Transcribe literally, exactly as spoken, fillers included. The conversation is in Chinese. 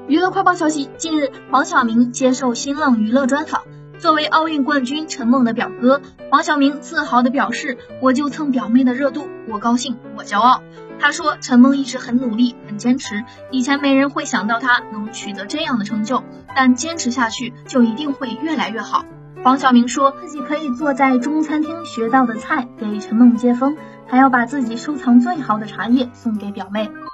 娱乐快报消息，近日黄晓明接受新浪娱乐专访，作为奥运冠军陈梦的表哥，黄晓明自豪地表示，我就蹭表妹的热度，我高兴，我骄傲。他说陈梦一直很努力很坚持，以前没人会想到他能取得这样的成就，但坚持下去就一定会越来越好。黄晓明说自己可以坐在中餐厅学到的菜给陈梦接风，还要把自己收藏最好的茶叶送给表妹。